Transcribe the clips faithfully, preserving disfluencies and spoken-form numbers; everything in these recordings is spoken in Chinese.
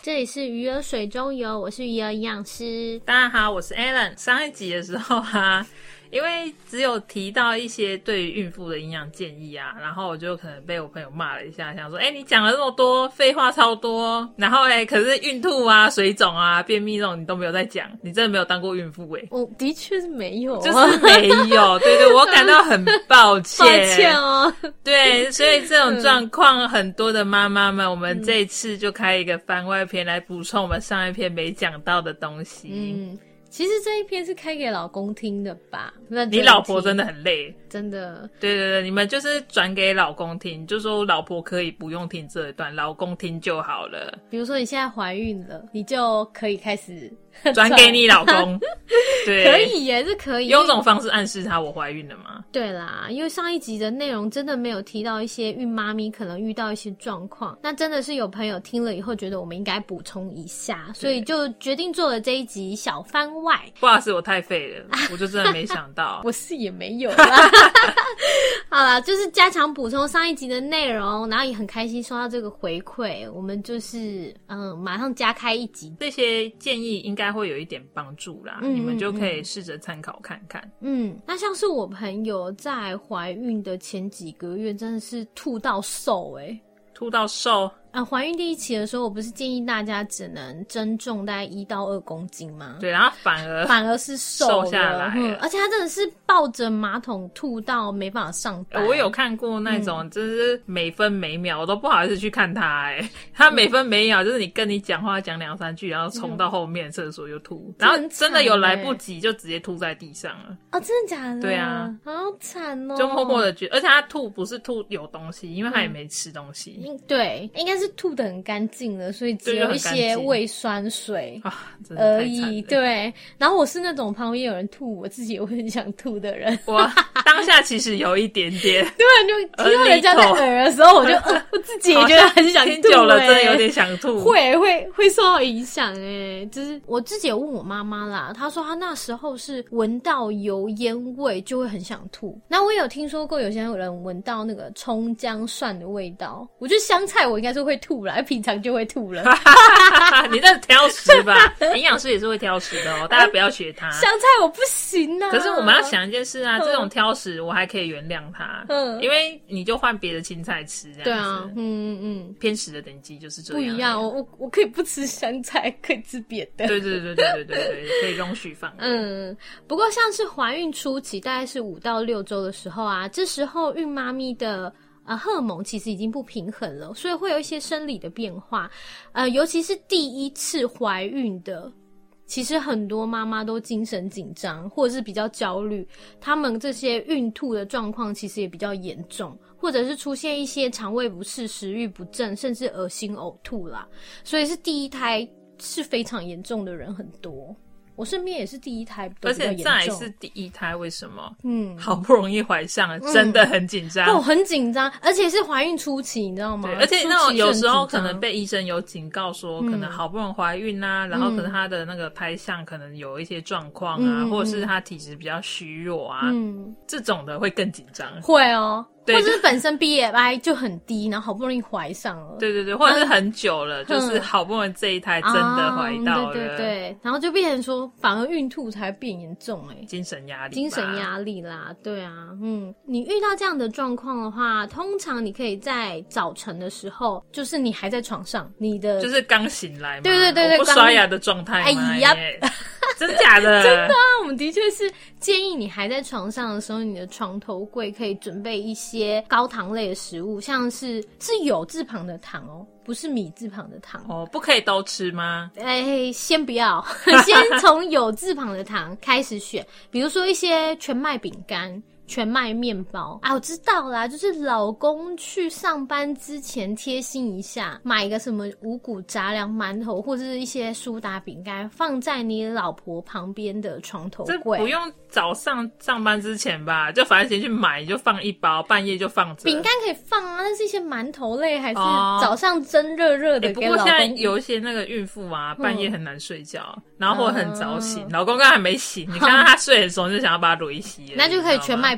这里是鱼儿水中游，我是鱼儿营养师。 大家好，我是 Alan。 上一集的时候啊，因为只有提到一些对于孕妇的营养建议啊，然后我就可能被我朋友骂了一下，想说哎、欸，你讲了这么多废话超多，然后哎、欸，可是孕吐啊、水肿啊、便秘这种你都没有在讲，你真的没有当过孕妇哎、欸？ 我的确是没有、啊， 就是没有，对对，我感到很抱歉， 抱歉哦。 对，所以这种状况，很多的妈妈们，我们这一次就开一个番外篇来补充我们上一篇没讲到的东西。 嗯。其实这一篇是开给老公听的吧？ 你老婆真的很累， 真的。 对对对，你们就是转给老公听，就说老婆可以不用听这一段，老公听就好了。 比如说你现在怀孕了，你就可以开始转给你老公。对， 可以耶，是可以用这种方式暗示他我怀孕了吗？ 对啦，因为上一集的内容真的没有提到一些孕妈咪可能遇到一些状况，那真的是有朋友听了以后觉得我们应该补充一下，所以就决定做了这一集小番外。 不好意思，我太废了，我就真的没想到。 我是也没有啦。好啦，就是加强补充上一集的内容，然后也很开心收到这个回馈，我们就是嗯，马上加开一集。 这些建议应该会有一点帮助啦， 嗯、 你们就可以试着参考看看。 嗯，那像是我朋友在怀孕的前几个月，真的是吐到瘦欸。 吐到瘦。 啊，怀孕第一期的时候，我不是建议大家只能增重大概一到二公斤吗？ 对，然后反而反而是瘦瘦下来、 嗯，而且他真的是抱着马桶吐到没办法上班。 我有看过那种，就是每分每秒、嗯、我都不好意思去看他哎、欸，他每分每秒就是你跟你讲话讲两三句，然后冲到后面厕所就吐、嗯，然后真的有来不及就直接吐在地上了。 哦，真的假的？ 对啊， 好惨哦！ 就默默的觉得，而且他吐不是吐有东西，因为他也没吃东西。 嗯、对，应该是吐得很干净了，所以只有一些胃酸水而已。对，然后我是那种旁边有人吐，我自己也会很想吐的人。 我当下其实有一点点， 对，就听到人家在耳的时候，我就、呃、我自己也觉得很想吐、欸。 听久了真的有点想吐， 会会会受到影响哎。就是我自己有问我妈妈啦，她说她那时候是闻到油烟味就会很想吐。那我也有听说过有些人闻到那个葱姜蒜的味道，我觉得香菜我应该是会吐啦，平常就会吐了。 你这挑食吧？营养师也是会挑食的哦，大家不要学他。 香菜我不行啊。 可是我们要想一件事啊，这种挑食我还可以原谅他，嗯，因为你就换别的青菜吃，这样子。 对啊，嗯嗯嗯， 偏食的等级就是这样。 不一样，我我我可以不吃香菜，可以吃别的。 对对对对对对对，可以容许范围。 嗯，不过像是怀孕初期，大概是五到六周的时候啊，这时候孕妈咪的。呃，荷尔蒙其实已经不平衡了，所以会有一些生理的变化。呃，尤其是第一次怀孕的，其实很多妈妈都精神紧张，或者是比较焦虑，她们这些孕吐的状况其实也比较严重，或者是出现一些肠胃不适、食欲不振，甚至恶心呕吐啦。所以是第一胎是非常严重的人很多。我身边也是第一胎都比较严重， 而且再是第一胎，为什么？ 嗯， 好不容易怀上了，嗯、真的很紧张。 哦，很紧张，而且是怀孕初期，你知道吗？ 对，而且那种有时候可能被医生有警告说，可能好不容易怀孕啊、嗯，然后可能她的那个胎相可能有一些状况啊、嗯，或者是她体质比较虚弱啊，嗯，这种的会更紧张。 会哦。或者是本身 B M I 就很低，然后好不容易怀上了。 对对对，或者是很久了，嗯、就是好不容易这一胎真的怀到了。 啊、对对对，然后就变成说，反而孕吐才变严重哎、欸， 精神压力， 精神压力啦，对啊，嗯，你遇到这样的状况的话，通常你可以在早晨的时候，就是你还在床上，你的就是刚醒来嘛， 对对对对， 不刷牙的状态， 哎呀。 真假的？ 真的啊，我们的确是建议你还在床上的时候，你的床头柜可以准备一些高糖类的食物，像是是酉字旁的糖哦，不是米字旁的糖哦。不可以都吃吗？ 哎，先不要，先从酉字旁的糖开始选，比如说一些全麦饼干。全麦面包啊，我知道啦，就是老公去上班之前贴心一下，买一个什么五谷杂粮馒头或者是一些苏打饼干，放在你老婆旁边的床头柜。 这不用早上上班之前吧，就反正先去买，你就放一包，半夜就放着。 饼干可以放啊，但是一些馒头类还是早上蒸热热的给老公、 欸。不过现在有一些那个孕妇啊，半夜很难睡觉，嗯、然后或者很早醒，嗯、老公刚还没醒，你看到他睡很熟，就想要把他揉一洗， 那就可以全麦饼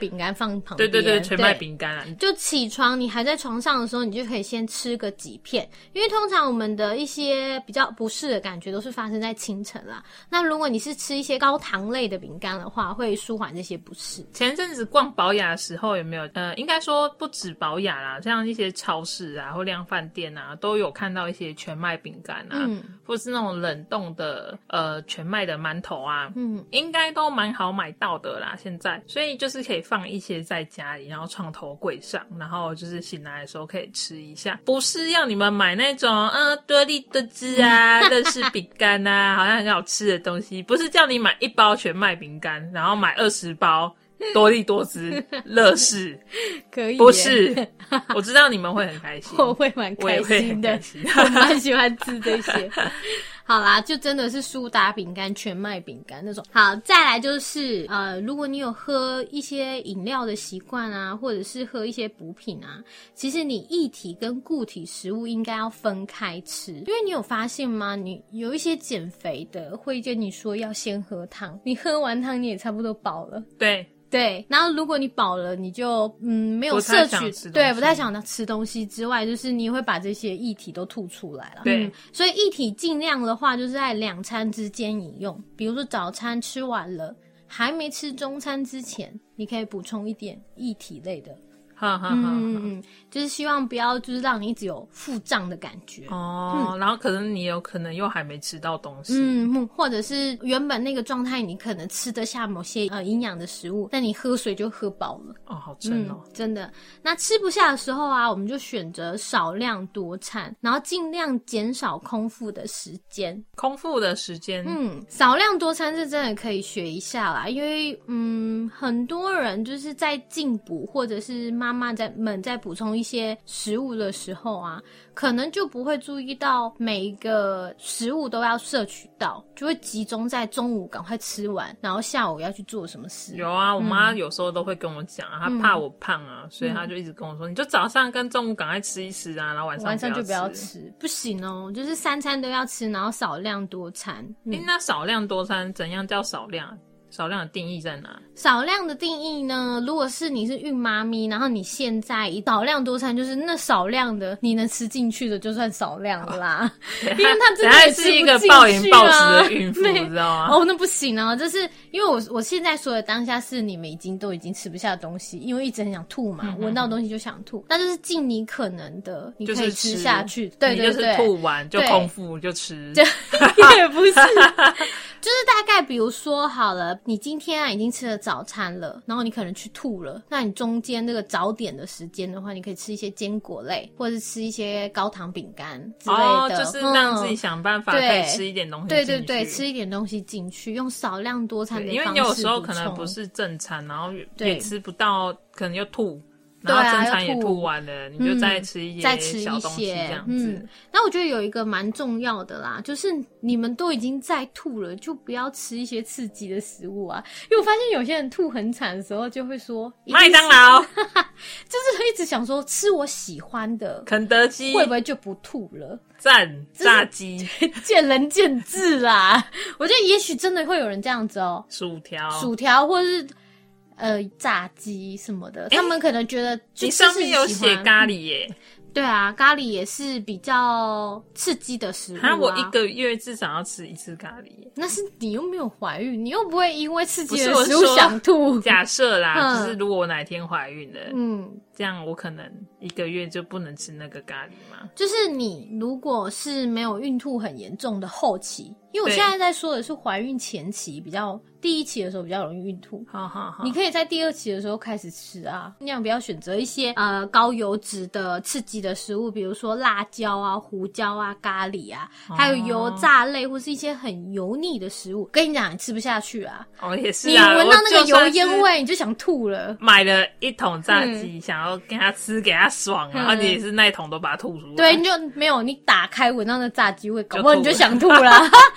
饼干放旁边， 对对对，全麦饼干啊， 就起床你还在床上的时候，你就可以先吃个几片，因为通常我们的一些比较不适的感觉都是发生在清晨啦。那如果你是吃一些高糖类的饼干的话，会舒缓这些不适。 前阵子逛宝雅的时候有没有？呃，应该说不止宝雅啦，像一些超市啊或量贩店啊，都有看到一些全麦饼干啊，嗯，或是那种冷冻的呃全麦的馒头啊，嗯，应该都蛮好买到的啦。现在，所以就是可以放一些在家里，然后床头柜上，然后就是醒来的时候可以吃一下，不是要你们买那种呃多利多滋啊、乐事饼干啊，好像很好吃的东西，不是叫你买一包全麦饼干，然后买二十包多利多滋、乐事， 可以， 不是？我知道你们会很开心， 我会蛮开心的，我蛮喜欢吃这些。好啦，就真的是苏打饼干、全麦饼干那种。好，再来就是呃，如果你有喝一些饮料的习惯啊，或者是喝一些补品啊，其实你液体跟固体食物应该要分开吃，因为你有发现吗？你有一些减肥的会跟你说要先喝汤，你喝完汤你也差不多饱了。 对。 对，然后如果你饱了，你就嗯没有摄取，对，不太想吃东西之外，就是你会把这些液体都吐出来了。 对、嗯， 所以液体尽量的话，就是在两餐之间饮用，比如说早餐吃完了，还没吃中餐之前，你可以补充一点液体类的。 哈哈哈， 嗯，就是希望不要就是让你一直有腹胀的感觉哦、嗯，然后可能你有可能又还没吃到东西， 嗯，或者是原本那个状态你可能吃得下某些呃营养的食物，但你喝水就喝饱了， 哦，好撑哦、 嗯，真的。那吃不下的时候啊，我们就选择少量多餐，然后尽量减少空腹的时间。 空腹的时间， 嗯，少量多餐是真的可以学一下啦，因为嗯，很多人就是在进补或者是妈妈在们在补充一些食物的时候啊，可能就不会注意到每一个食物都要摄取到，就会集中在中午赶快吃完，然后下午要去做什么事。 有啊，我妈有时候都会跟我讲啊，嗯、她怕我胖啊、嗯，所以她就一直跟我说，你就早上跟中午赶快吃一吃啊，然后晚上晚上就不要吃，不行哦，就是三餐都要吃，然后少量多餐。 嗯欸、那少量多餐怎样叫少量？少量的定义在哪？ 少量的定义呢？如果是你是孕妈咪，然后你现在以少量多餐，就是那少量的你能吃进去的就算少量了啦，因为它真的也吃不进去啊， 是一个暴饮暴食的孕妇，你知道吗？ 哦，那不行啊，就是因为我我现在说的当下是你们已经都已经吃不下东西，因为一直很想吐嘛，闻、嗯、到东西就想吐，那就是尽你可能的，你可以吃下去。就是、对对对， 你就是吐完就空腹就吃， 也不是。就是大概比如说好了，你今天啊已经吃了早餐了，然后你可能去吐了，那你中间这个早点的时间的话，你可以吃一些坚果类，或者是吃一些高糖饼干之类的， 哦，就是让自己想办法可以吃一点东西进去。 对对对，吃一点东西进去，用少量多餐的方式， 因为你有时候可能不是正餐，然后也吃不到，可能又吐。然后正餐也吐完了、啊、你就再吃一些小东西这样子、嗯、 那我觉得有一个蛮重要的啦，就是你们都已经在吐了，就不要吃一些刺激的食物啊，因为我发现有些人吐很惨的时候就会说麦当劳就是一直想说吃我喜欢的肯德基会不会就不吐了， 赞炸鸡见仁见智啦我觉得也许真的会有人这样子哦， 薯条薯条或是呃，炸鸡什么的、欸，他们可能觉得就你上面有写咖喱耶。 对啊，咖喱也是比较刺激的食物啊。 我一个月至少要吃一次咖喱耶。 那是你又没有怀孕，你又不会因为刺激的食物想吐。 假设啦、嗯，就是如果我哪天怀孕了， 嗯， 这样我可能一个月就不能吃那个咖喱吗？ 就是你如果是没有孕吐很严重的后期，因为我现在在说的是怀孕前期比较。第一期的时候比较容易孕吐， 好好好， 你可以在第二期的时候开始吃啊，尽量不要选择一些呃高油脂的刺激的食物，比如说辣椒啊、胡椒啊、咖喱啊，哦、还有油炸类或是一些很油腻的食物。跟你讲，你吃不下去啊！ 哦，也是啊， 你闻到那个油烟味，你就想吐了。 买了一桶炸鸡、嗯，想要给它吃，给它爽，然后你也是那一桶都把它吐出来。 对，你就没有，你打开闻到那炸鸡味，搞不好你就想吐了。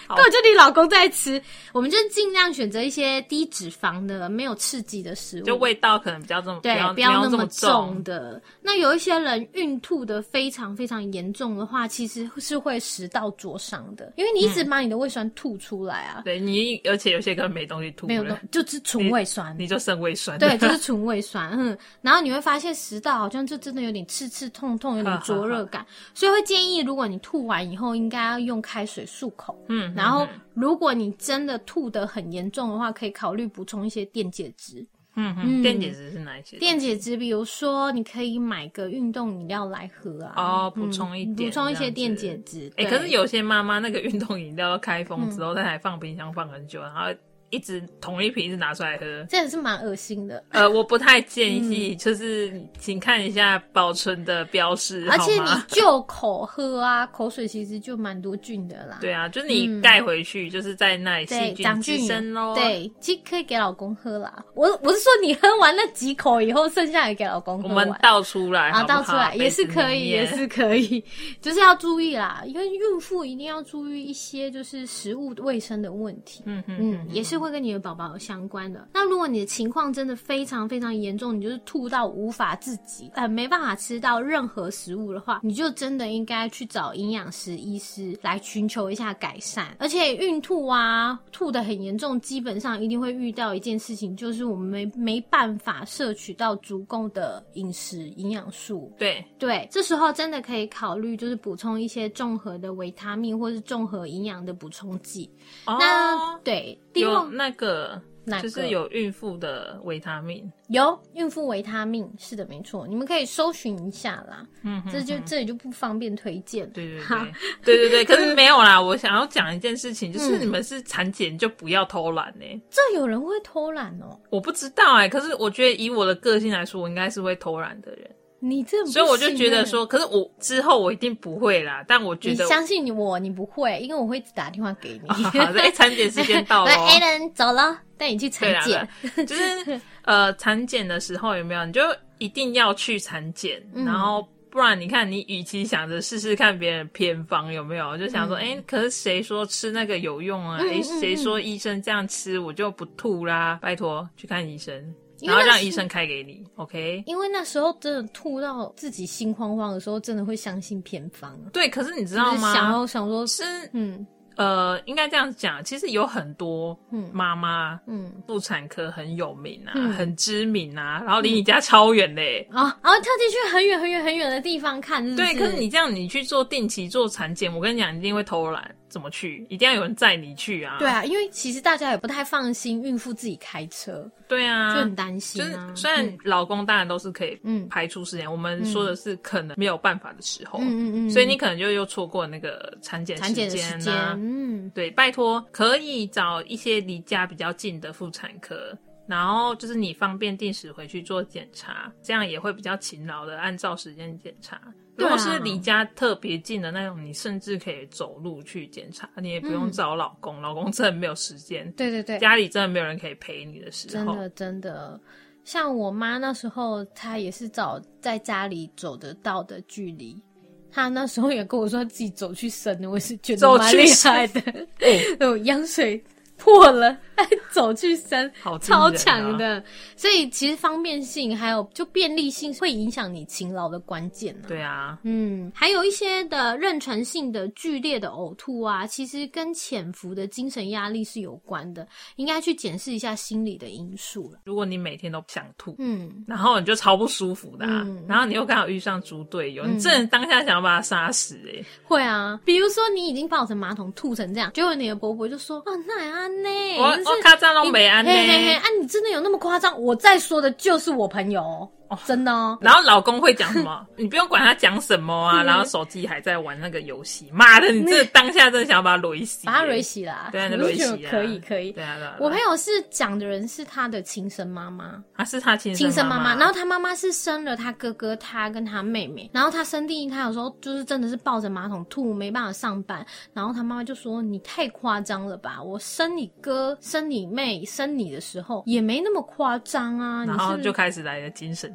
根本就你老公在吃。我们就尽量选择一些低脂肪的、没有刺激的食物， 就味道可能比较这么对， 不不要那么重的。那有一些人孕吐的非常非常严重的话，其实是会食道灼伤的，因为你一直把你的胃酸吐出来啊。 嗯、对你，而且有些根本没东西吐， 没有东，就是纯胃酸， 你, 你就剩胃酸。 对，就是纯胃酸。嗯，然后你会发现食道好像就真的有点刺刺痛痛，有点灼热感，所以会建议，如果你吐完以后，应该要用开水漱口。嗯，然后如果你真的吐得很严重的话，可以考虑补充一些电解质。 嗯嗯，电解质是哪一些？ 电解质，比如说你可以买个运动饮料来喝啊， 哦，补充一点， 补、嗯、充一些电解质。 哎、欸，可是有些妈妈那个运动饮料开封之后，它、嗯、还放冰箱放很久，然后一直同一瓶一直拿出来喝， 这也是蛮恶心的。 呃，我不太建议，嗯、就是请看一下保存的标示， 而且你就口喝啊，口水其实就蛮多菌的啦。 对啊，就是你盖回去，嗯、就是在那里细菌滋生咯。 对，其实可以给老公喝啦。我我是说，你喝完那几口以后，剩下也给老公喝完。 我们倒出来好不好， 啊，倒出来也是可以，也是可以，就是要注意啦，因为孕妇一定要注意一些就是食物卫生的问题。嗯嗯嗯，也是。会跟你的宝宝有相关的。那如果你的情况真的非常非常严重，你就是吐到无法自己，呃，没办法吃到任何食物的话，你就真的应该去找营养师、医师来寻求一下改善。而且孕吐啊，吐得很严重，基本上一定会遇到一件事情，就是我们没没办法摄取到足够的饮食营养素。 对对，这时候真的可以考虑就是补充一些综合的维他命或是综合营养的补充剂。哦，那对， 有那个就是有孕妇的维他命， 有孕妇维他命，是的，没错，你们可以搜寻一下啦。嗯哼哼，这就这里就不方便推荐。 对对对，对对对。可是没有啦，我想要讲一件事情，就是你们是产检就不要偷懒呢、欸。 这有人会偷懒哦？ 我不知道哎、欸，可是我觉得以我的个性来说，我应该是会偷懒的人。 你这、欸、 所以我就觉得说，可是我之后我一定不会啦。但我觉得你相信你我，你不会，因为我会一直打电话给你。 哦、好的，哎，产检时间到了、哦。 Alan 走了，带你去产检。 就是呃，产检的时候有没有？你就一定要去产检，嗯、然后不然你看，你与其想着试试看别人偏方有没有，就想说，哎、嗯，可是谁说吃那个有用啊？哎、嗯，谁说医生这样吃我就不吐啦？拜托，去看医生。然后让医生开给你 ，OK？ 因为那时候真的吐到自己心慌慌的时候，真的会相信偏方。 对，可是你知道吗？ 想要想说是，嗯。呃，应该这样讲，其实有很多妈妈，嗯，妇产科很有名啊，嗯、很知名啊，然后离你家超远嘞、欸， 啊、嗯，然后特地去很远很远很远的地方看是不是？ 对，可是你这样，你去做定期做产检，我跟你讲，你一定会偷懒，怎么去？一定要有人载你去啊！ 对啊，因为其实大家也不太放心孕妇自己开车， 对啊， 就很担心啊。 就是虽然老公当然都是可以排除时间、嗯，我们说的是可能没有办法的时候，嗯嗯嗯，所以你可能就又错过那个产检时间啊，时间嗯，对，拜托可以找一些离家比较近的妇产科。然后就是你方便定时回去做检查，这样也会比较勤劳的按照时间检查。如果是离家特别近的那种，你甚至可以走路去检查，你也不用找老公、嗯、老公真的没有时间。对对对，家里真的没有人可以陪你的时候， 真的真的。像我妈那时候她也是找在家里走得到的距离，她那时候也跟我说她自己走去生的，我也是觉得蛮厉害的。有羊水破了还走去生， 好超强的。所以其实方便性还有就便利性会影响你勤劳的关键啊。 对啊， 嗯，还有一些的妊娠性的剧烈的呕吐啊，其实跟潜伏的精神压力是有关的，应该去检视一下心理的因素了。 如果你每天都想吐，嗯，然后你就超不舒服的啊，嗯、然后你又刚好遇上猪队友，嗯、你真的当下想要把他杀死欸。 会啊，比如说你已经抱着马桶吐成这样，结果你的伯伯就说：“啊，那啊。” 我我夸张都没安呢， 嘿嘿嘿，啊，你真的有那么夸张？我在说的就是我朋友哦。哦，真的哦。 然后老公会讲什么？你不用管他讲什么啊，然后手机还在玩那个游戏。妈的，你这当下真的想要把他雷洗， 把他雷洗啦。 对啊，雷洗啊， 可以可以。 对啊，对啊。 我朋友是讲的人是他的亲生妈妈， 啊，是他亲亲生妈妈妈。然后他妈妈是生了他哥哥，他跟他妹妹。然后他生第一胎有时候就是真的是抱着马桶吐，没办法上班。然后他妈妈就说：“你太夸张了吧？我生你哥、生你妹、生你的时候也没那么夸张啊。” 然后就开始来了精神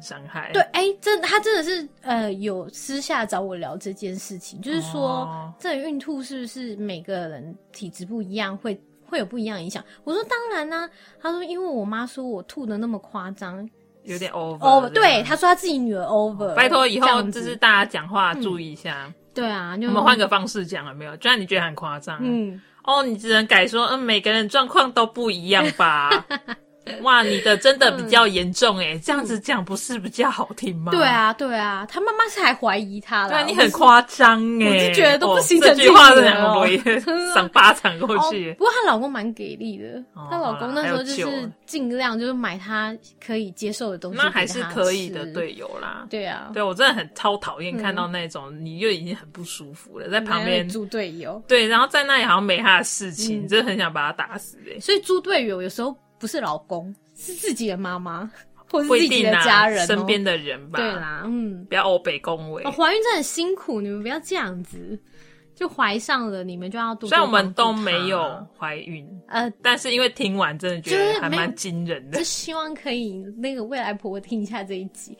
伤害。 对，哎、欸，真他真的是呃有私下找我聊这件事情，就是说、哦、这孕吐是不是每个人体质不一样，会会有不一样的影响？我说当然啦、啊，他说因为我妈说我吐的那么夸张。 有点 over，, over 对，他说他自己女儿 over， 拜托以后就是大家讲话注意一下。嗯、 对啊， 我们换个方式讲了没有？就算你觉得很夸张， 嗯， 哦，你只能改说，嗯，每个人状况都不一样吧。哇，你的真的比较严重诶、欸嗯、这样子讲不是比较好听吗？ 对啊，对啊，他妈妈是还怀疑他啦。 对啊，你很夸张诶， 我是觉得都不形成、 哦、这句话是两个赏巴掌过去、 哦。不过她老公蛮给力的， 哦、 她老公那时候就是尽量就是买她可以接受的东西给她吃， 那还是可以的队友啦。 对啊， 对我真的很超讨厌看到那种、嗯、你就已经很不舒服了，在旁边猪队友。 对，然后在那里好像没他的事情，嗯、真的很想把他打死诶、欸。 所以猪队友有时候不是老公。是自己的妈妈，或是自己的家人、哦、 啊、身边的人吧。 对啦，嗯， 不要欧北恭维。 怀、哦、孕真的很辛苦，你们不要这样子。就怀上了，你们就要多多。 虽然我们都没有怀孕，呃，但是因为听完真的觉得还蛮惊人的。 就希望可以那个未来婆婆听一下这一集。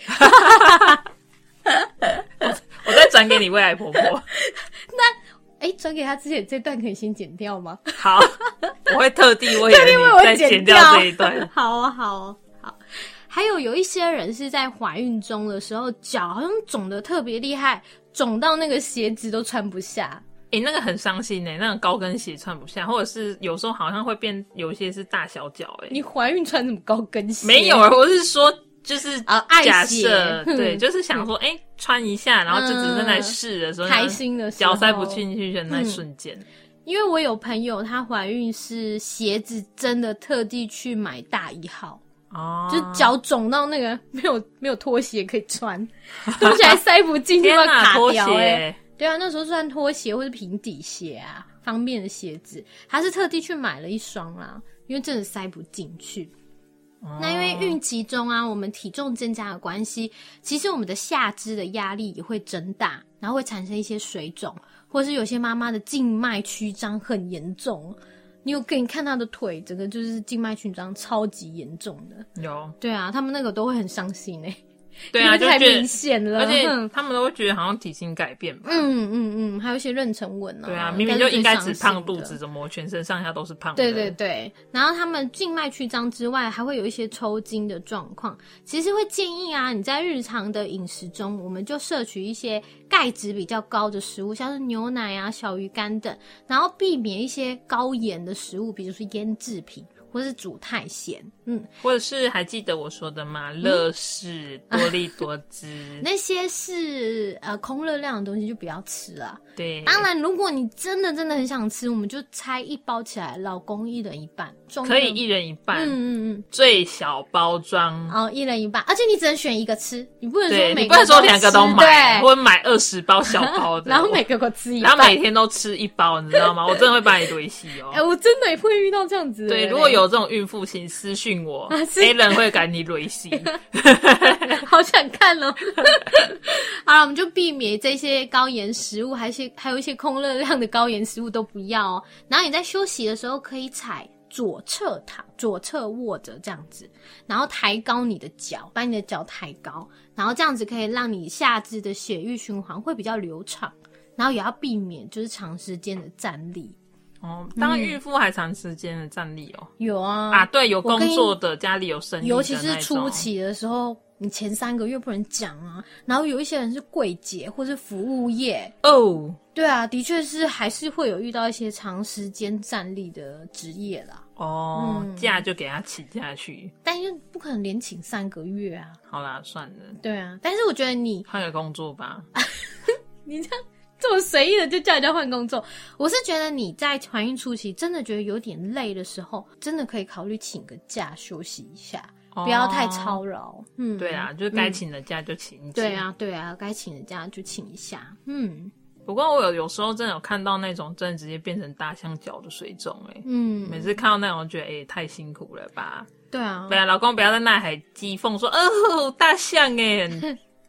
我, 我再转给你未来婆婆。 那。哎，转给他之前这段可以先剪掉吗？ 好，我会特地为了你再剪掉这一段。 好啊，好啊，好。还有有一些人是在怀孕中的时候，脚好像肿得特别厉害，肿到那个鞋子都穿不下。 哎、欸，那个很伤心哎、欸，那个高跟鞋穿不下，或者是有时候好像会变，有一些是大小脚哎、欸。 你怀孕穿什么高跟鞋？ 没有，我是说。就是假设、 啊、 对，就是想说，哎、欸，穿一下，然后就只是在试的时候， 嗯、开心的时候， 脚塞不进去的那瞬间、嗯。 因为我有朋友，她怀孕是鞋子真的特地去买大一号，哦，就脚肿到那个没有没有拖鞋可以穿，东西还塞不进去，要卡掉哎、欸。对啊，那时候穿拖鞋或是平底鞋啊，方便的鞋子，她是特地去买了一双啦，因为真的塞不进去。那因为孕期中啊，我们体重增加的关系，其实我们的下肢的压力也会增大，然后会产生一些水肿，或是有些妈妈的静脉曲张很严重。你有给你看她的腿，整个就是静脉曲张超级严重的。 有， 对啊，他们那个都会很伤心欸。 对啊， 因为太明显了， 而且他们都会觉得好像体型改变吧。 嗯嗯嗯，还有一些妊娠纹啊。 对啊，明明就应该只胖肚子，怎么全身上下都是胖的？ 对对对。然后他们静脉曲张之外，还会有一些抽筋的状况。其实会建议啊，你在日常的饮食中，我们就摄取一些钙质比较高的食物，像是牛奶啊、小鱼干等，然后避免一些高盐的食物，比如说腌制品。或是煮太咸，嗯， 或者是还记得我说的吗？乐事、嗯、多利多汁， 那些是呃空热量的东西就不要吃啦。 对， 当然如果你真的真的很想吃，我们就拆一包起来，老公一人一半， 可以一人一半， 嗯嗯嗯， 最小包装哦，一人一半，而且你只能选一个吃，你不能说每个你不能说两个都买，或者买二十包小包的， 然后每个都吃一半， 然后每天都吃一包，你知道吗？我真的会把你堆细哦。 哎、欸，我真的也会遇到这样子的。 对，如果有这种孕妇，请私讯我 ，Alan 会赶你累死。 好想看哦！好了，我们就避免这些高盐食物，还有一些还有一些空热量的高盐食物都不要哦。然后你在休息的时候可以踩左侧躺，左侧卧着这样子，然后抬高你的脚，把你的脚抬高，然后这样子可以让你下肢的血液循环会比较流畅，然后也要避免就是长时间的站立。 哦，当孕妇还长时间的站立哦、 嗯？有啊， 啊，对，有工作的，家里有生意的， 尤其是初期的时候，你前三个月不能讲啊。然后有一些人是柜姐或是服务业哦， 对啊，的确是还是会有遇到一些长时间站立的职业啦。 哦，嗯、假就给他请下去， 但是不可能连请三个月啊。 好啦，算了。 对啊，但是我觉得你换个工作吧。 你这样。这么随意的就叫人家换工作，我是觉得你在怀孕初期真的觉得有点累的时候，真的可以考虑请个假休息一下，哦、不要太操劳。嗯， 对啊，就是该请的假就请一请。 对啊，对啊，该请的假就请一下。嗯， 不过我有有时候真的有看到那种真的直接变成大象脚的水肿、欸，哎， 嗯， 每次看到那种觉得哎、欸、太辛苦了吧。 对啊， 对啊，老公不要在那还讥讽说哦大象哎、欸。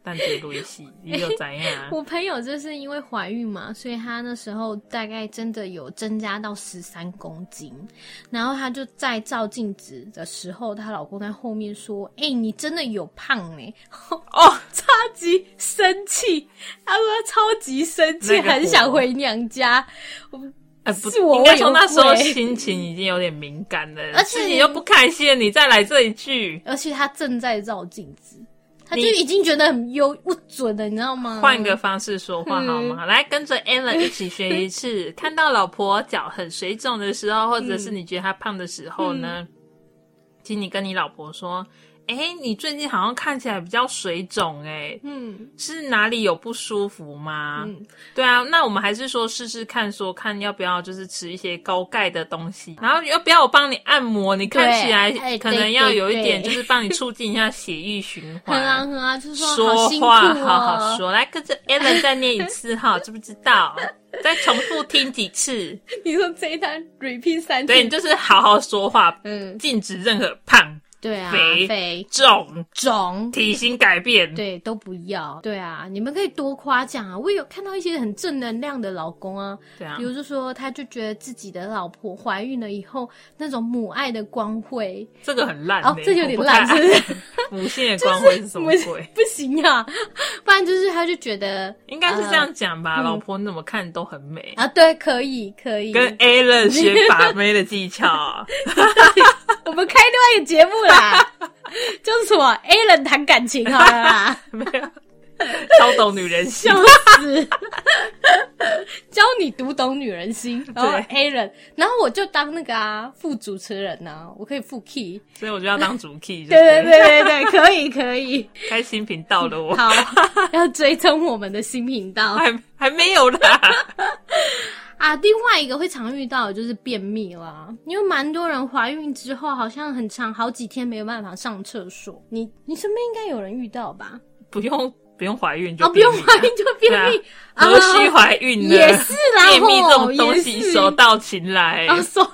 但这路一洗你有怎样？ 我朋友就是因为怀孕嘛，所以她那时候大概真的有增加到十三公斤，然后她就在照镜子的时候，她老公在后面说：“哎、欸，你真的有胖哎、欸！”哦，超级生气，他说他超级生气，那個、很想回娘家。我呃，不是我，应该说那时候心情已经有点敏感了，而且你又不开心，你再来这一句， 而且他正在照镜子。他就已经觉得很忧不准了，你知道吗？ 换个方式说话好吗？嗯、来跟着 Alan 一起学一次。看到老婆脚很水肿的时候，或者是你觉得她胖的时候呢，嗯、请你跟你老婆说：“哎、欸，你最近好像看起来比较水肿，哎，嗯，是哪里有不舒服吗？嗯，对啊，那我们还是说试试看，说看要不要就是吃一些高钙的东西，然后要不要我帮你按摩？你看起来可能要有一点，就是帮你促进一下血液循环。 很啊很啊，就是说说话好好说，来跟着 Alan 再念一次哈，知不知道？再重复听几次。 你说这一单 repeat 三次， 对，你就是好好说话，嗯，禁止任何胖。 对啊， 肥、 肥重、 肿、 体型改变， 对，都不要。对啊，你们可以多夸奖啊！我有看到一些很正能量的老公啊，对啊，比如说他就觉得自己的老婆怀孕了以后，那种母爱的光辉， 这个很烂、欸， 哦，这有点烂，是不是？ 母性的光辉是什么鬼？就是、 不行啊，不然就是他就觉得应该是这样讲吧、呃，老婆你怎么看都很美啊，对，可以，可以， 跟 Alan 学把妹的技巧啊。 我们开另外一个节目啦，就是什么 Alan 谈感情好了啦， 没有，超懂女人心， 笑死，教你读懂女人心，然后 Alan， 然后我就当那个啊副主持人啊，我可以副 key， 所以我就要当主 key， 对对对对对，可以可以， 开新频道了我， 好，要追踪我们的新频道， 还还没有啦。 啊，另外一个会常遇到的就是便秘啦，因为蛮多人怀孕之后好像很长好几天没有办法上厕所，你你身边应该有人遇到吧？ 不用不用怀孕就哦，不用怀孕就便秘， 啊、何须怀孕呢？ 也是啦， 便秘这种东西手到擒来。 啊，手，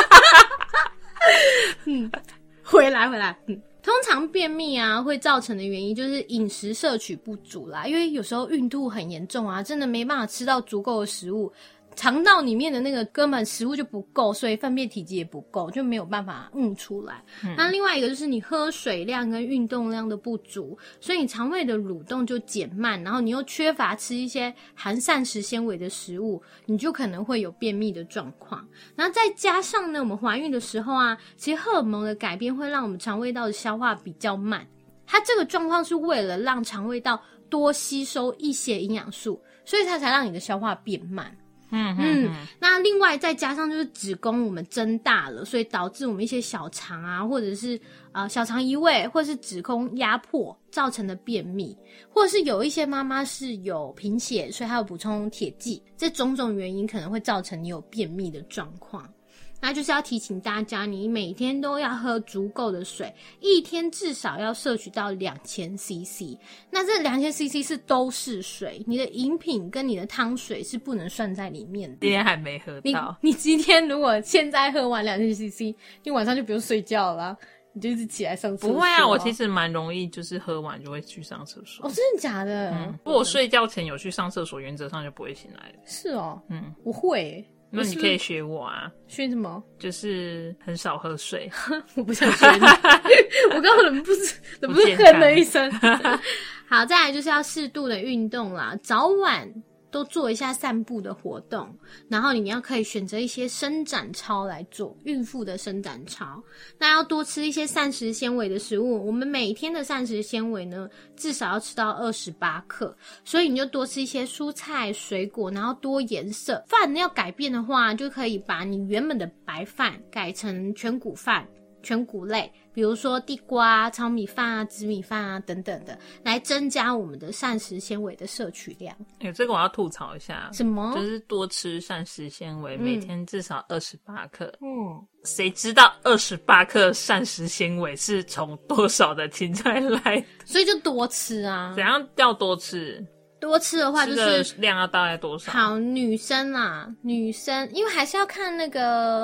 嗯，回来回来，嗯。通常便秘啊会造成的原因就是饮食摄取不足啦，因为有时候孕吐很严重啊，真的没办法吃到足够的食物，肠道里面的那个根本食物就不够，所以粪便体积也不够，就没有办法嗯出来、嗯、那另外一个就是你喝水量跟运动量都不足，所以你肠胃的蠕动就减慢，然后你又缺乏吃一些含膳食纤维的食物，你就可能会有便秘的状况。然后再加上呢，我们怀孕的时候啊，其实荷尔蒙的改变会让我们肠胃道的消化比较慢，它这个状况是为了让肠胃道多吸收一些营养素，所以它才让你的消化变慢。嗯嗯，那另外再加上就是子宫我们增大了，所以导致我们一些小肠啊，或者是呃小肠移位，或者是子宫压迫造成的便秘，或者是有一些妈妈是有贫血，所以她有补充铁剂，这种种原因可能会造成你有便秘的状况。那就是要提醒大家，你每天都要喝足够的水，一天至少要摄取到两千 C C。那这两千 C C 是都是水，你的饮品跟你的汤水是不能算在里面的。 今天还没喝到。 你你今天如果现在喝完两千 C C， 你晚上就不用睡觉了啦，你就一直起来上厕所。 不会啊，我其实蛮容易，就是喝完就会去上厕所。 哦，真的假的？ 嗯，如果我睡觉前有去上厕所，原则上就不会醒来了。 是哦，嗯，我会欸。 那你可以学我啊。 学什么？ 就是很少喝水。 我不想学你。我刚刚忍不住忍不住哼了一声。好，再来就是要适度的运动啦，早晚都做一下散步的活动，然后你要可以选择一些伸展操来做，孕妇的伸展操。那要多吃一些膳食纤维的食物，我们每天的膳食纤维呢，至少要吃到二十八克，所以你就多吃一些蔬菜、水果，然后多颜色。饭要改变的话，就可以把你原本的白饭改成全谷饭、全谷类，比如说地瓜、糙米饭啊、紫米饭啊等等的，来增加我们的膳食纤维的摄取量。 欸，这个我要吐槽一下。 什么？就是多吃膳食纤维，嗯，每天至少二十八克。嗯，谁知道二十八克膳食纤维是从多少的青菜来的？ 所以就多吃啊。 怎样叫多吃？ 多吃的话就是吃的量要大概多少？ 好，女生啦，女生因为还是要看那个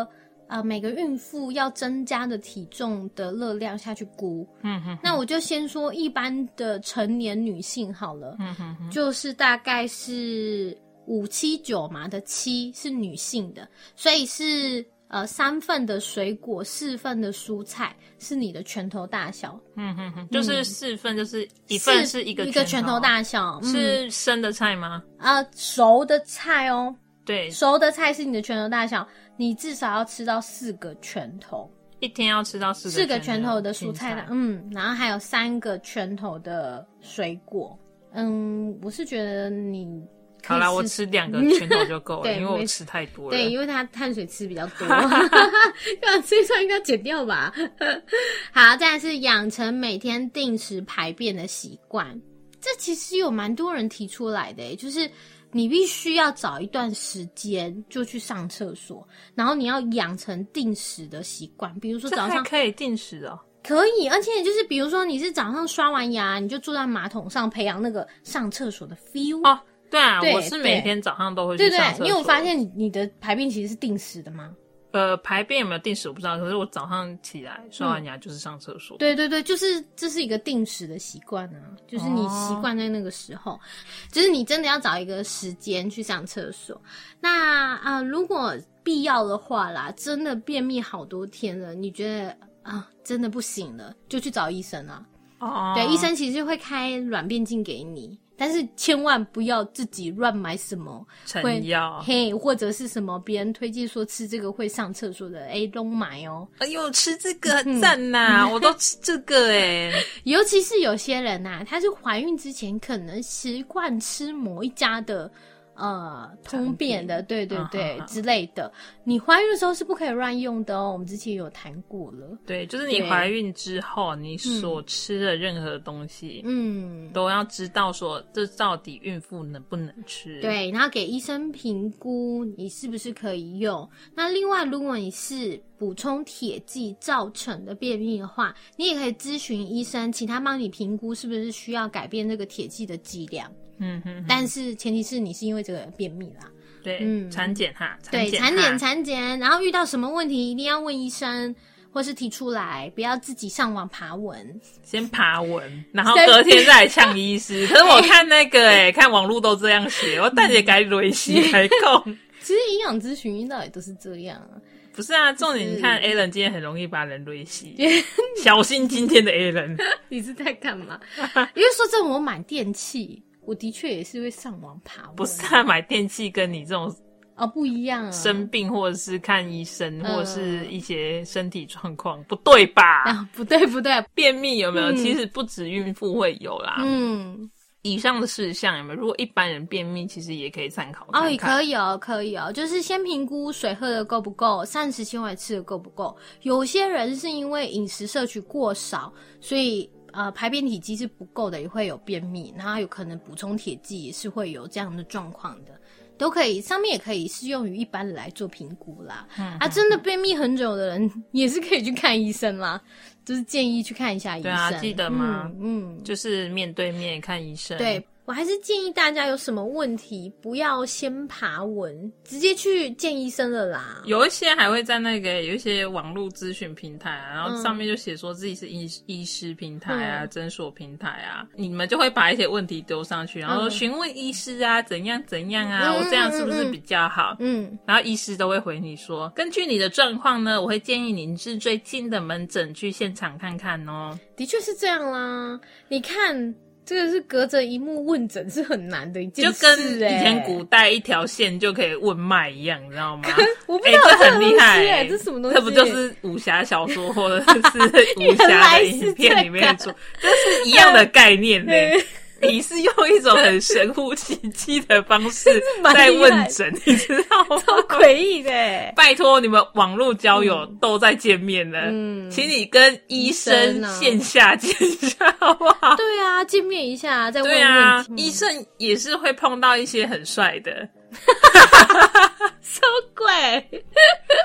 呃每个孕妇要增加的体重的热量下去估。 嗯哼哼， 那我就先说一般的成年女性好了， 嗯哼哼， 就是大概是五七九嘛的七是女性的，所以是呃三份的水果，四份的蔬菜是你的拳头大小。 嗯哼哼，就是四份，就是一份是一个一个拳头大小，嗯、 是生的菜吗？ 呃，熟的菜哦。 对， 熟的菜是你的拳头大小，你至少要吃到四个拳头， 一天要吃到四个四个拳头的蔬菜菜， 嗯，然后还有三个拳头的水果。嗯，我是觉得你好啦，我吃两个拳头就够了，因为我吃太多了。 对，因为它碳水吃比较多，要吃一串应该减掉吧。好，再来是养成每天定时排便的习惯，这其实有蛮多人提出来的，就是你必须要找一段时间就去上厕所，然后你要养成定时的习惯，比如说早上这还可以定时哦。 可以，而且就是比如说你是早上刷完牙，你就坐在马桶上培养那个上厕所的 feel 哦。对啊， 对我是每天早上都会去上厕所。 对对，你有发现你你的排便其实是定时的吗？ 呃，排便有没有定时我不知道，可是我早上起来刷完牙就是上厕所。 嗯、对对对，就是这是一个定时的习惯啊，就是你习惯在那个时候，哦、就是你真的要找一个时间去上厕所。那啊、呃，如果必要的话啦，真的便秘好多天了，你觉得啊真的不行了，就去找医生啊。 哦， 对，医生其实会开软便剂给你。但是千万不要自己乱买什么成药， 嘿，或者是什么别人推荐说吃这个会上厕所的，哎，都买哦。 哎呦，吃这个很赞呐、嗯！我都吃这个哎。 尤其是有些人呐、啊，他是怀孕之前可能习惯吃某一家的呃通便的，对对对、啊、之类的。你怀孕的时候是不可以乱用的哦，我们之前有谈过了。 对，就是你怀孕之后，你所吃的任何东西，嗯，都要知道说这到底孕妇能不能吃。 对，然后给医生评估你是不是可以用。那另外，如果你是补充铁剂造成的便秘的话，你也可以咨询医生，请他帮你评估是不是需要改变这个铁剂的剂量。嗯哼哼，但是前提是你是因为这个便秘啦。 对，嗯，产检哈， 对，产检产检，然后遇到什么问题一定要问医生，或是提出来，不要自己上网爬文， 先爬文，然后隔天再来呛医师。可是我看那个哎、欸，看网络都这样写，我大姐该雷西还讲。 其实营养咨询遇到也都是这样啊。 不是啊，重点你看 Alan 今天很容易把人雷西，小心今天的 Alan。 你是在干嘛？因为说真的，我买电器。我的确也是会上网爬文， 不是啊，买电器跟你这种哦不一样啊， 生病或者是看医生、呃、或者是一些身体状况，不对吧？ 啊，不对不对， 便秘有没有？嗯、其实不止孕妇会有啦。 嗯， 以上的事项有没有？如果一般人便秘，其实也可以参考看看。 哦，也可以哦，可以哦，就是先评估水喝的够不够，膳食纤维吃的够不够。有些人是因为饮食摄取过少，所以。呃，排便体积是不够的，也会有便秘，然后有可能补充铁剂也是会有这样的状况的，都可以，上面也可以适用于一般人来做评估啦。嗯，啊，真的便秘很久的人也是可以去看医生啦，就是建议去看一下医生。对啊，记得吗？ 嗯， 嗯就是面对面看医生。 对。我还是建议大家有什么问题不要先爬文，直接去见医生了啦。 有一些还会在那个有一些网络咨询平台啊，然后上面就写说自己是医医师平台啊、诊、嗯、所平台啊，你们就会把一些问题丢上去，然后说询问医师啊怎样怎样啊、嗯，我这样是不是比较好？嗯，然后医师都会回你说，根据你的状况呢，我会建议你是最近的门诊去现场看看哦。 的确是这样啦，你看。这个是隔着一幕问诊是很难的一件事、欸， 就跟以前古代一条线就可以问脉一样，你知道吗？ 我不知道、 欸、这很厉害、欸， 这是什么东西？ 这不就是武侠小说或者是武侠的影片里面做，这是一样的概念呢、欸。你是用一种很神乎其技的方式在问诊，你知道吗？ 超诡异的耶！ 拜托你们网络交友都在见面了，嗯，请你跟医生线下见一下好不好？ 对啊，见面一下再问问题。 对啊，嗯、医生也是会碰到一些很帅的。 超怪！ 现在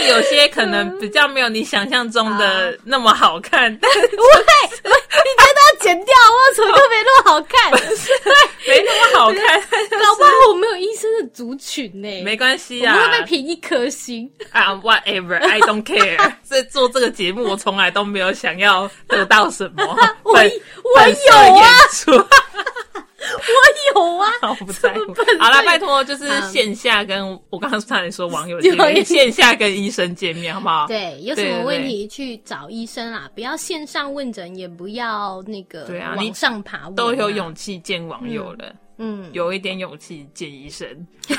是有些可能比较没有你想象中的那么好看。但是不会，你真的要剪掉，我怎么就没那么好看？ 没那么好看， 搞不好我没有医生的族群呢、欸。 没关系啊， 我会被评一颗星啊 ，whatever，I don't care 。在做这个节目，我从来都没有想要得到什么。 我我有啊。 我有啊， 我不在乎。好啦，拜托，就是线下跟、嗯、我刚刚差点说网友见面，线下跟医生见面，好不好？ 对，有什么问题去找医生啦，不要线上问诊，也不要那个网上爬问、啊。 都有勇气见网友了， 嗯， 嗯有一点勇气见医生。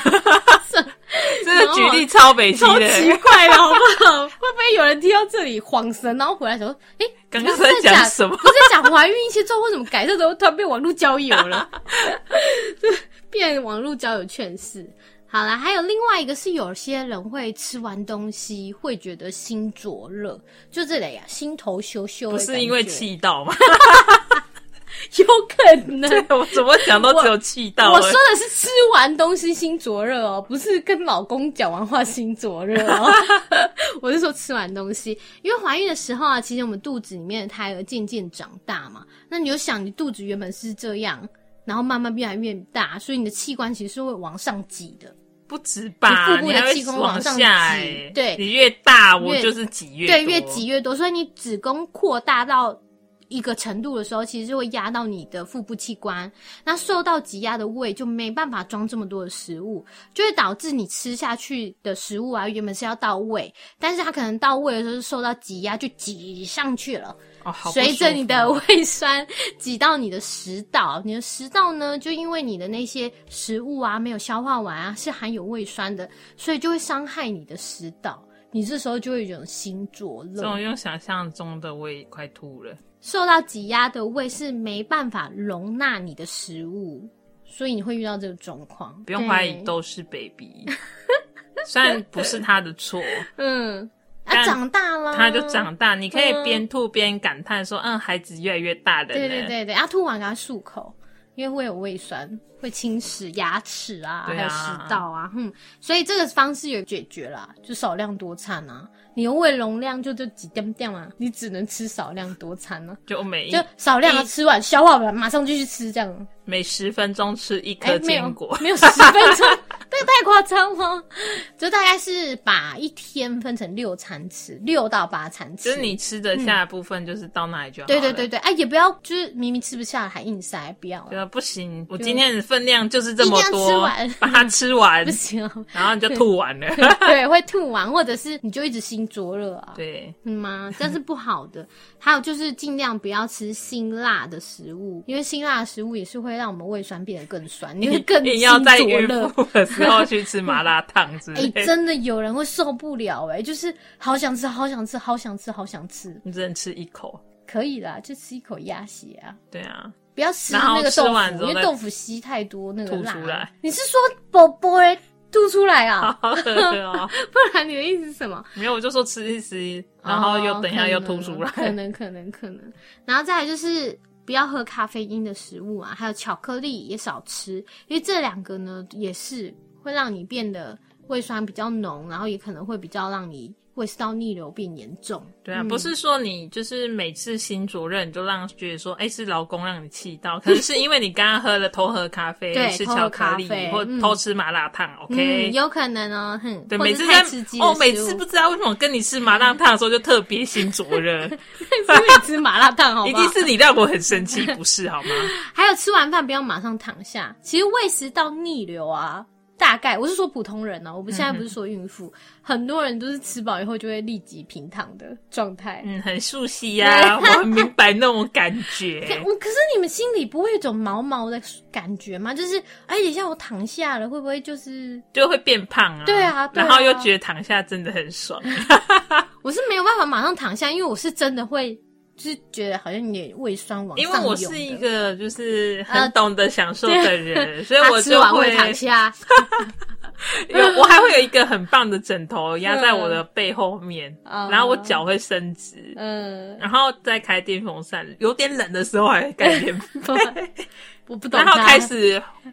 这个举例超北七的， 超奇怪的好不好？会不会有人听到这里恍神，然后回来说：“哎、欸， 刚刚在讲什么？ 不是在讲怀孕一些状况怎么改？这时候突然变网络交友了，变网络交友劝世。”好啦，还有另外一个是，有些人会吃完东西会觉得心灼热，就这类啊，心头羞羞的感觉。 不是因为气到吗？ 有可能， 我怎么讲都只有气到。 我说的是吃完东西心灼热哦，不是跟老公讲完话心灼热哦。我是说吃完东西，因为怀孕的时候啊，其实我们肚子里面的胎儿渐渐长大嘛。那你就想，你肚子原本是这样，然后慢慢越来越大，所以你的器官其实是会往上挤的。 不止吧， 你腹部的器官往上挤， 欸、 对， 你越大，我就是挤越多， 对，越挤越多，所以你子宫扩大到一个程度的时候，其实会压到你的腹部器官，那受到挤压的胃就没办法装这么多的食物，就会导致你吃下去的食物啊，原本是要到胃，但是它可能到胃的时候是受到挤压就挤上去了。 哦，好， 随着你的胃酸挤到你的食道，你的食道呢，就因为你的那些食物啊没有消化完啊，是含有胃酸的，所以就会伤害你的食道。你这时候就会有一种心灼热。 这种用想象中的胃快吐了。 受到挤压的胃是没办法容纳你的食物，所以你会遇到这个状况。 不用怀疑，都是 baby 虽然不是他的错， 嗯，啊，长大了， 他就长大，你可以边吐边感叹说，嗯，孩子越来越大了呢。 对对对对，啊，吐完给他漱口，因为会有胃酸，会侵蚀牙齿啊， 啊， 还有食道啊，嗯，所以这个方式有解决啦，就少量多餐啊。你的胃容量就这几点点嘛，你只能吃少量多餐啊， 就每就少量的吃完，消化完马上继续吃，这样。 每十分钟吃一颗坚果， 欸、没有没有十分钟，这太夸张了。就大概是把一天分成六餐吃，六到八餐吃， 就是你吃得下的部分，就是到那里就好了。 对对对对，哎、啊，也不要就是明明吃不下还硬塞，不要、啊。 对啊，不行，我今天的分量就是这么多， 吃完把它吃完， 不行、啊， 然后你就吐完了。 对，会吐完，或者是你就一直心灼热啊。 对， 嗯吗？这是不好的。还有就是尽量不要吃辛辣的食物，因为辛辣的食物也是会让我们胃酸变得更酸，你会更心灼热。 要在孕妇的时候去吃麻辣烫之类的。 哎、欸，真的有人会受不了哎、欸，就是好想吃，好想吃，好想吃，好想吃。 你只能吃一口， 可以啦，就吃一口压血啊。 对啊， 不要吃那个豆腐，因为豆腐吸太多那个辣。 吐出来。 你是说宝贝吐出来啊？ 好恶哦！ 不然你的意思是什么？ 没有，我就说吃一吃，然后又等一下又吐出来。 哦、可能可能可能。然后再来就是不要喝咖啡因的食物啊，还有巧克力也少吃，因为这两个呢也是会让你变得胃酸比较浓，然后也可能会比较让你胃食道逆流变严重。 对啊、嗯，不是说你就是每次心灼热你就让觉得说哎、欸、是老公让你气到，可能是因为你刚刚喝了偷喝咖啡吃巧克力或偷吃麻辣烫、嗯、OK、 嗯、有可能哦。哼， 对，每次在哦每次不知道为什么跟你吃麻辣烫的时候就特别心灼热是你吃麻辣烫好不好？ 一定是你让我很生气不是好吗？ 还有吃完饭不要马上躺下，其实胃食道逆流啊，大概我是说普通人啊，我不现在不是说孕妇、嗯，很多人都是吃饱以后就会立即平躺的状态。 嗯，很熟悉啊，我很明白那种感觉。 可, 可是你们心里不会有一种毛毛的感觉吗？就是哎，等一下我躺下了，会不会就是就会变胖啊？ 对啊，对啊， 然后又觉得躺下真的很爽。 我是没有办法马上躺下，因为我是真的会。就是觉得好像有点胃酸往上涌的， 因为我是一个就是很懂得享受的人，呃、所以我就吃完会躺下。 有我还会有一个很棒的枕头压在我的背后面，嗯、然后我脚会伸直，嗯，然后再开电风扇，有点冷的时候还盖棉被。 我不懂。 然后开始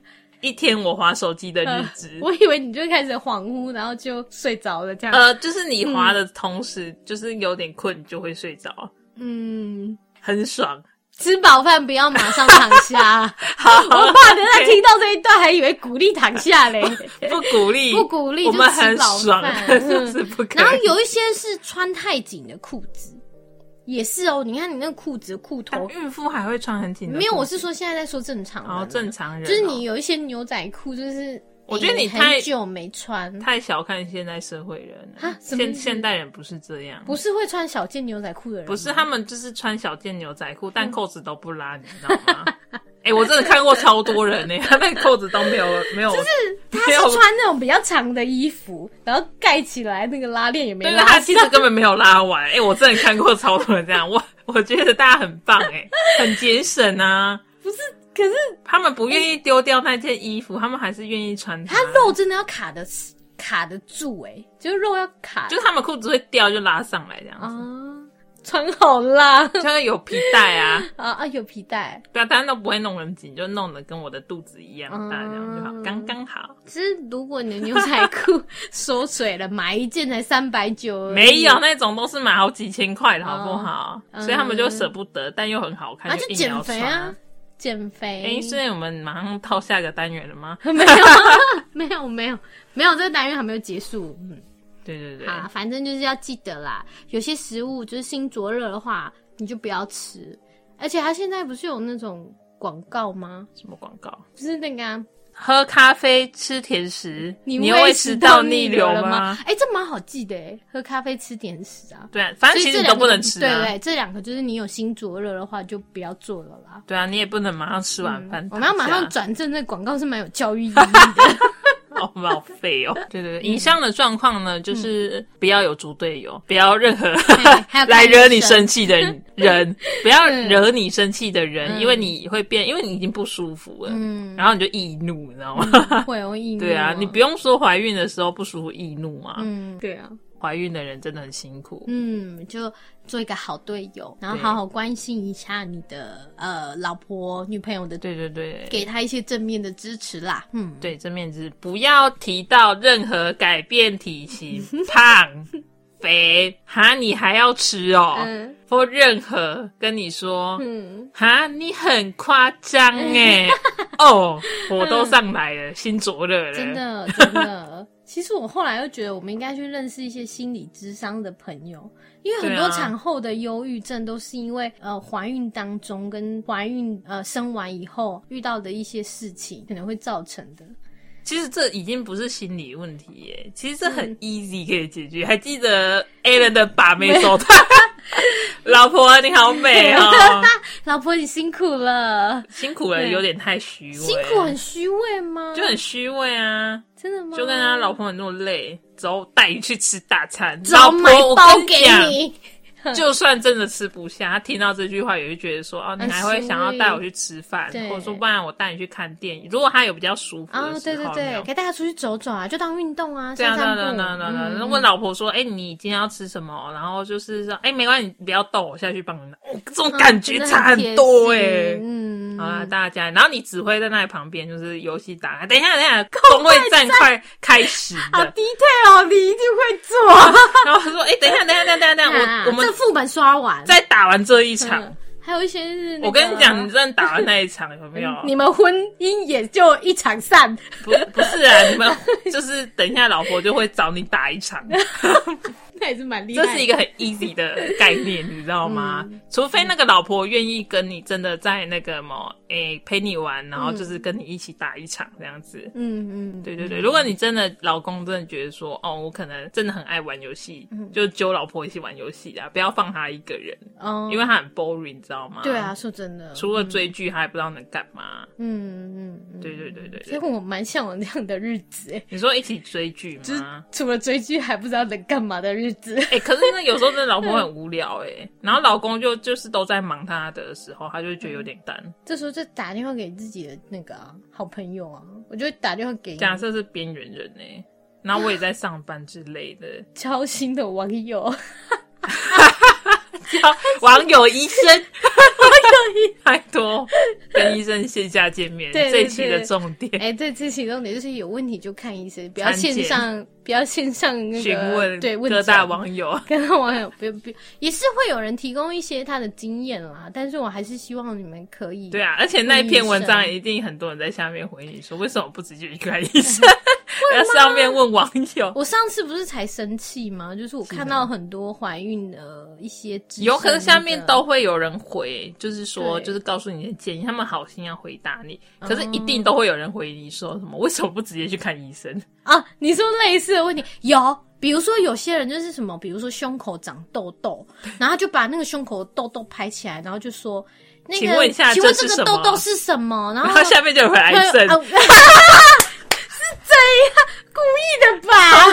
一天我滑手机的日子、 呃、我以为你就开始恍惚然后就睡着了这样。 呃就是你滑的同时、嗯、就是有点困就会睡着。嗯，很爽。 吃饱饭不要马上躺下。好，我怕等他听到这一段还以为鼓励躺下嘞。 不鼓励， 不鼓励， 我们很爽，就是不可以。 然后有一些是穿太紧的裤子，也是哦。你看你那个裤子裤头， 孕妇还会穿很紧的裤子？ 没有，我是说现在在说正常人、啊。 哦，正常人、哦， 就是你有一些牛仔裤，就是我觉得你太很久没穿， 太小看现在社会人了。现现代人不是这样， 不是会穿小件牛仔裤的人， 不是，他们就是穿小件牛仔裤，但扣子都不拉，你知道吗？哎、欸，我真的看过超多人呢、欸，他那个扣子都没有没有， 就是他是穿那种比较长的衣服，然后盖起来那个拉链也没拉， 对，他其实根本没有拉完。哎、欸，我真的看过超多人这样，我我觉得大家很棒哎、欸，很节省啊。 不是。可是他们不愿意丢掉那件衣服、欸，他们还是愿意穿它。 他肉真的要卡得卡得住哎、欸，就是肉要卡， 就是他们裤子会掉就拉上来这样子。 啊，穿好啦， 就是有皮带啊啊啊有皮带， 对啊，但都不会弄很紧，就弄得跟我的肚子一样大，这样就好，刚刚好。 其实如果你的牛仔裤缩水了，买一件才三百九， 没有那种都是买好几千块的好不好、哦？所以他们就舍不得，但又很好看， 啊、 就就减肥啊。减肥。 诶，所以我们马上到下个单元了吗？ 没有没有没有没有，这个单元还没有结束。嗯， 对对对， 好，反正就是要记得啦，有些食物就是心灼热的话你就不要吃。而且它现在不是有那种广告吗？ 什么广告？ 就是那个、啊喝咖啡吃甜食， 你你胃食道逆流了吗？ 哎、欸，这蛮好记的哎，喝咖啡吃甜食啊。 对啊，反正其实你都不能吃、啊。 对对，这两个就是你有心灼热的话就不要做了啦。 对啊，你也不能马上吃完饭、嗯。 我们要马上转正，这广告是蛮有教育意义的。 好好废哦！对对对，以上的状况呢，就是不要有猪队友，不要任何来惹你生气的人，不要惹你生气的人，因为你会变，因为你已经不舒服了，嗯，然后你就易怒，你知道吗？ 嗯、会有易怒。 对啊，你不用说怀孕的时候不舒服易怒嘛。 嗯，对啊。 怀孕的人真的很辛苦， 嗯，就做一个好队友，然后好好关心一下你的呃老婆、女朋友的， 对对对， 给她一些正面的支持啦。嗯， 对，正面支持，不要提到任何改变体型、胖、肥，哈，你还要吃哦，嗯、或任何跟你说，嗯，哈，你很夸张哎，哦，火都上来了，嗯、心灼热了， 真的真的。其实我后来又觉得我们应该去认识一些心理諮商的朋友，因为很多产后的忧郁症都是因为、啊、呃怀孕当中跟怀孕呃生完以后遇到的一些事情可能会造成的。 其实这已经不是心理问题耶，其实这很 easy 可以解决。嗯、还记得 Alan 的把妹手段？老婆你好美哦， 老婆你辛苦了， 辛苦了，有点太虚伪。 辛苦很虚伪吗？ 就很虚伪啊， 真的吗？ 就跟他老婆很那么累，走带你去吃大餐， 老婆买包给你。 就算真的吃不下，他听到这句话也会觉得说，哦，你还会想要带我去吃饭，或者说不然我带你去看电影。如果他有比较舒服的时候，哦， 对对对，可以带他出去走走啊，就当运动啊， 对啊， 散对啊，对啊，对啊。嗯、问老婆说，哎、欸，你今天要吃什么？然后就是说，哎、欸，没关系，你不要动，我下去帮你拿。哦，这种感觉差很多哎、欸。嗯，好啦，大家，然后你只会在那里旁边，就是游戏打开。等一下，等一下，工会战快开始好 detail 哦，你一定会做。 然后他说，哎、欸，等一下，等一下，等一下，等一下，我我们。 副本刷完， 再打完这一场， 嗯、还有一些是、那個。 我跟你讲，你真的打完那一场有没有？ 你们婚姻也就一场散。 不，不是啊，你们就是等一下，老婆就会找你打一场。 那也是蛮厉害的。 这是一个很 easy 的概念，你知道吗？嗯、除非那个老婆愿意跟你真的在那个么，诶、欸、陪你玩，然后就是跟你一起打一场这样子。嗯嗯，对对对。如果你真的老公真的觉得说，哦，我可能真的很爱玩游戏，嗯、就揪老婆一起玩游戏啦，不要放他一个人，哦，因为他很 boring， 你知道吗？ 对啊，说真的， 除了追剧，他也不知道能干嘛。 嗯嗯， 对对对对对。 所以我蛮向往那样的日子诶。 你说一起追剧吗？ 就是除了追剧还不知道能干嘛的日子。 哎、欸，可是那有时候真的老婆很无聊哎、欸，然后老公就就是都在忙他的时候，他就会觉得有点淡。嗯、 这时候就打电话给自己的那个、啊、好朋友啊，我就会打电话给你。 假设是边缘人哎、欸，然后我也在上班之类的， 超新的网友。 叫网友医生，网友医拜托跟医生线下见面， 对对对这期的重点。 哎、欸，对，这期重点就是有问题就看医生，不要线上，不要线上那个询问， 对， 各大网友， 各大网友，不不，也是会有人提供一些他的经验啦。但是我还是希望你们可以， 对啊，而且那一篇文章一定很多人在下面回你说，为什么不直接去看医生？要上面问网友。 我上次不是才生气吗？就是我看到很多怀孕的一些知识， 有可能下面都会有人回，就是说，就是告诉你的建议，他们好心要回答你，可是一定都会有人回你说什么，为什么不直接去看医生啊？你说类似的问题有，比如说有些人就是什么，比如说胸口长痘痘，然后就把那个胸口的痘痘拍起来，然后就说，那个， 请问一下， 请问这个痘痘是什么？然后, 然后下面就有回癌症。 啊是这样故意的吧？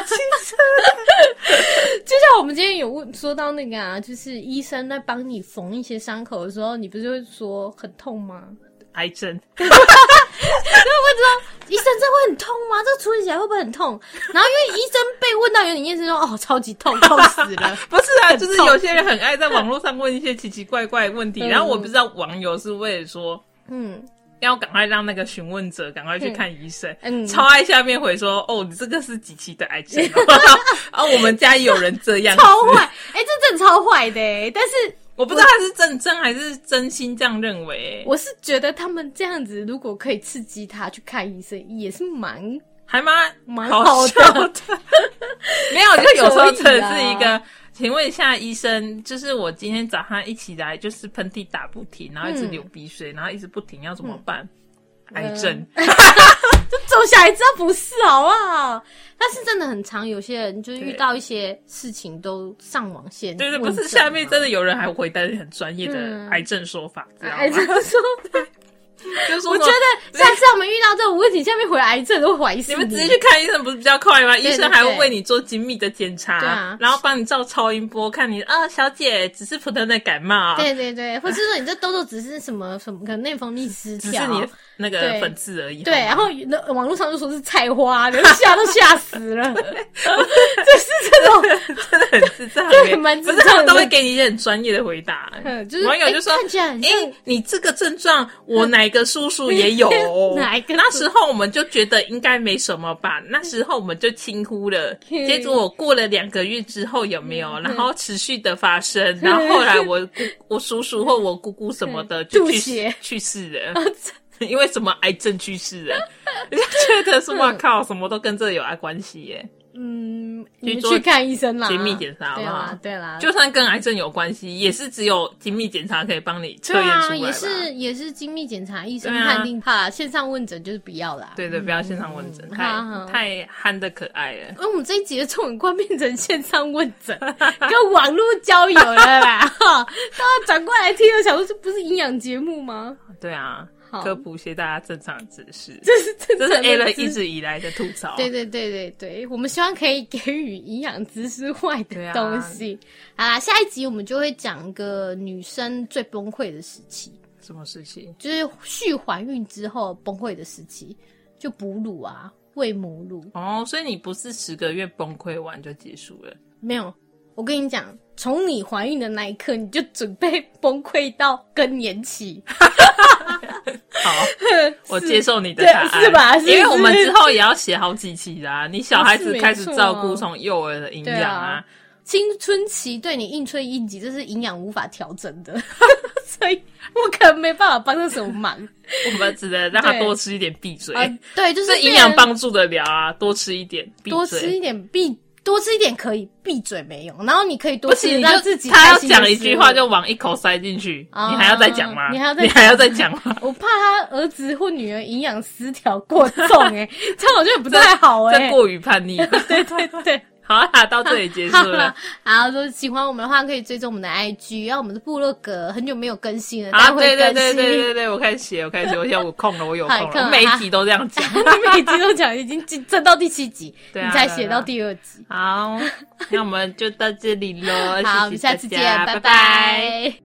就像我们今天有问说到那个啊，就是医生在帮你缝一些伤口的时候，你不是会说很痛吗？ 癌症。 然后我知道医生这会很痛吗？这个处理起来会不会很痛？然后因为医生被问到有点厌世说哦超级痛，痛死了。 不是啊，就是有些人很爱在网络上问一些奇奇怪怪的问题，嗯、然后我不知道网友是为了说嗯。要赶快让那个询问者赶快去看医生，嗯，超爱下面回说哦，你这个是几期的癌症哦，啊，我们家也有人这样子， 超坏，哎、欸，这真的超坏的哎，但是我不知道他是认真还是真心这样认为。 我是觉得他们这样子，如果可以刺激他去看医生，也是蛮还蛮蛮好笑的。没有，就有时候真的是一个。请问一下医生，就是我今天早上一起来就是喷嚏打不停，然后一直流鼻水，嗯、然后一直不停，要怎么办？嗯、癌症。 就走下来知道不是好不好？但是真的很常，有些人就是遇到一些事情都上网线。 对对，不是下面真的有人还回答很专业的癌症说法，嗯、知道吗？ 癌症说法。 就是说我觉得下次我们遇到这种问题，下面回来癌症都怀疑你们直接去看医生不是比较快吗？医生还会为你做精密的检查， 对啊， 然后帮你照超音波，看你啊，小姐只是普通的感冒， 对对对，或是说你这痘痘只是什么什么，可能内分泌失调， 只是你那个粉刺而已。 对，然后网络上就说是菜花，人吓都吓死了。就是这种真的很智障， 对，蛮智障的。 不是他们都会给你一些很专业的回答， 嗯，就是网友就说， 看起来很像， 哎，你这个症状我哪个叔叔也有。 哪一个？ 那时候我们就觉得应该没什么吧，那时候我们就轻忽了。结果我过了两个月之后有没有？然后持续的发生，然后后来我姑我叔叔或我姑姑什么的就去去世了，因为什么癌症去世了，我就觉得说哇靠，什么都跟这有爱关系耶。 嗯，你去看医生啦， 精密检查好不好？ 对啦，对啦， 就算跟癌症有关系，也是只有精密检查可以帮你测验出来吧。 对啊，也是也是精密检查，医生判定。好啦，线上问诊就是不要啦。 对对，不要线上问诊，太太憨的可爱了。 因为我们这一集的重点快变成线上问诊，跟网络交友了啦。哈，大家转过来听了，想说这不是营养节目吗？ 对啊。科普些大家正常的知识， 这是正常的知识， 这是 Alan 一直以来的吐槽。 对对对对对，我们希望可以给予营养知识外的东西。啊、好啦，下一集我们就会讲一个女生最崩溃的时期。 什么时期？ 就是续怀孕之后崩溃的时期，就哺乳啊，喂母乳。 哦，所以你不是十个月崩溃完就结束了？ 没有，我跟你讲，从你怀孕的那一刻，你就准备崩溃到更年期。 好，我接受你的答案， 是吧？是是， 因为我们之后也要写好几期啦、啊。你小孩子开始照顾从幼儿的营养啊， 青春期对你应催应急，这是营养无法调整的，所以我可能没办法帮上什么忙。 我们只能让他多吃一点，闭嘴。 呃、对，就是营养帮助得了啊，多吃一点，闭嘴， 多吃一点，闭。多吃一点可以，闭嘴没用。然后你可以多吃，让自己他要讲一句话就往一口塞进去，啊、你还要再讲吗？ 你还要再你还要再讲吗？ 我怕他儿子或女儿营养失调过重哎、欸，这样我觉得不太好哎、 欸，这过于叛逆。 对对对。 好啦，到这里结束了。 好，如果喜欢我们的话，可以追踪我们的 I G， 然后我们的部落格很久没有更新了， 啊，对对对对对对，我开始写，我开始写，我现在我空了，我有空了，我每一集都这样讲， 你每一集都讲，已经增到第七集， 对啊， 你才写到第二集。 好，那我们就到这里咯， 好，我们下次见，拜拜。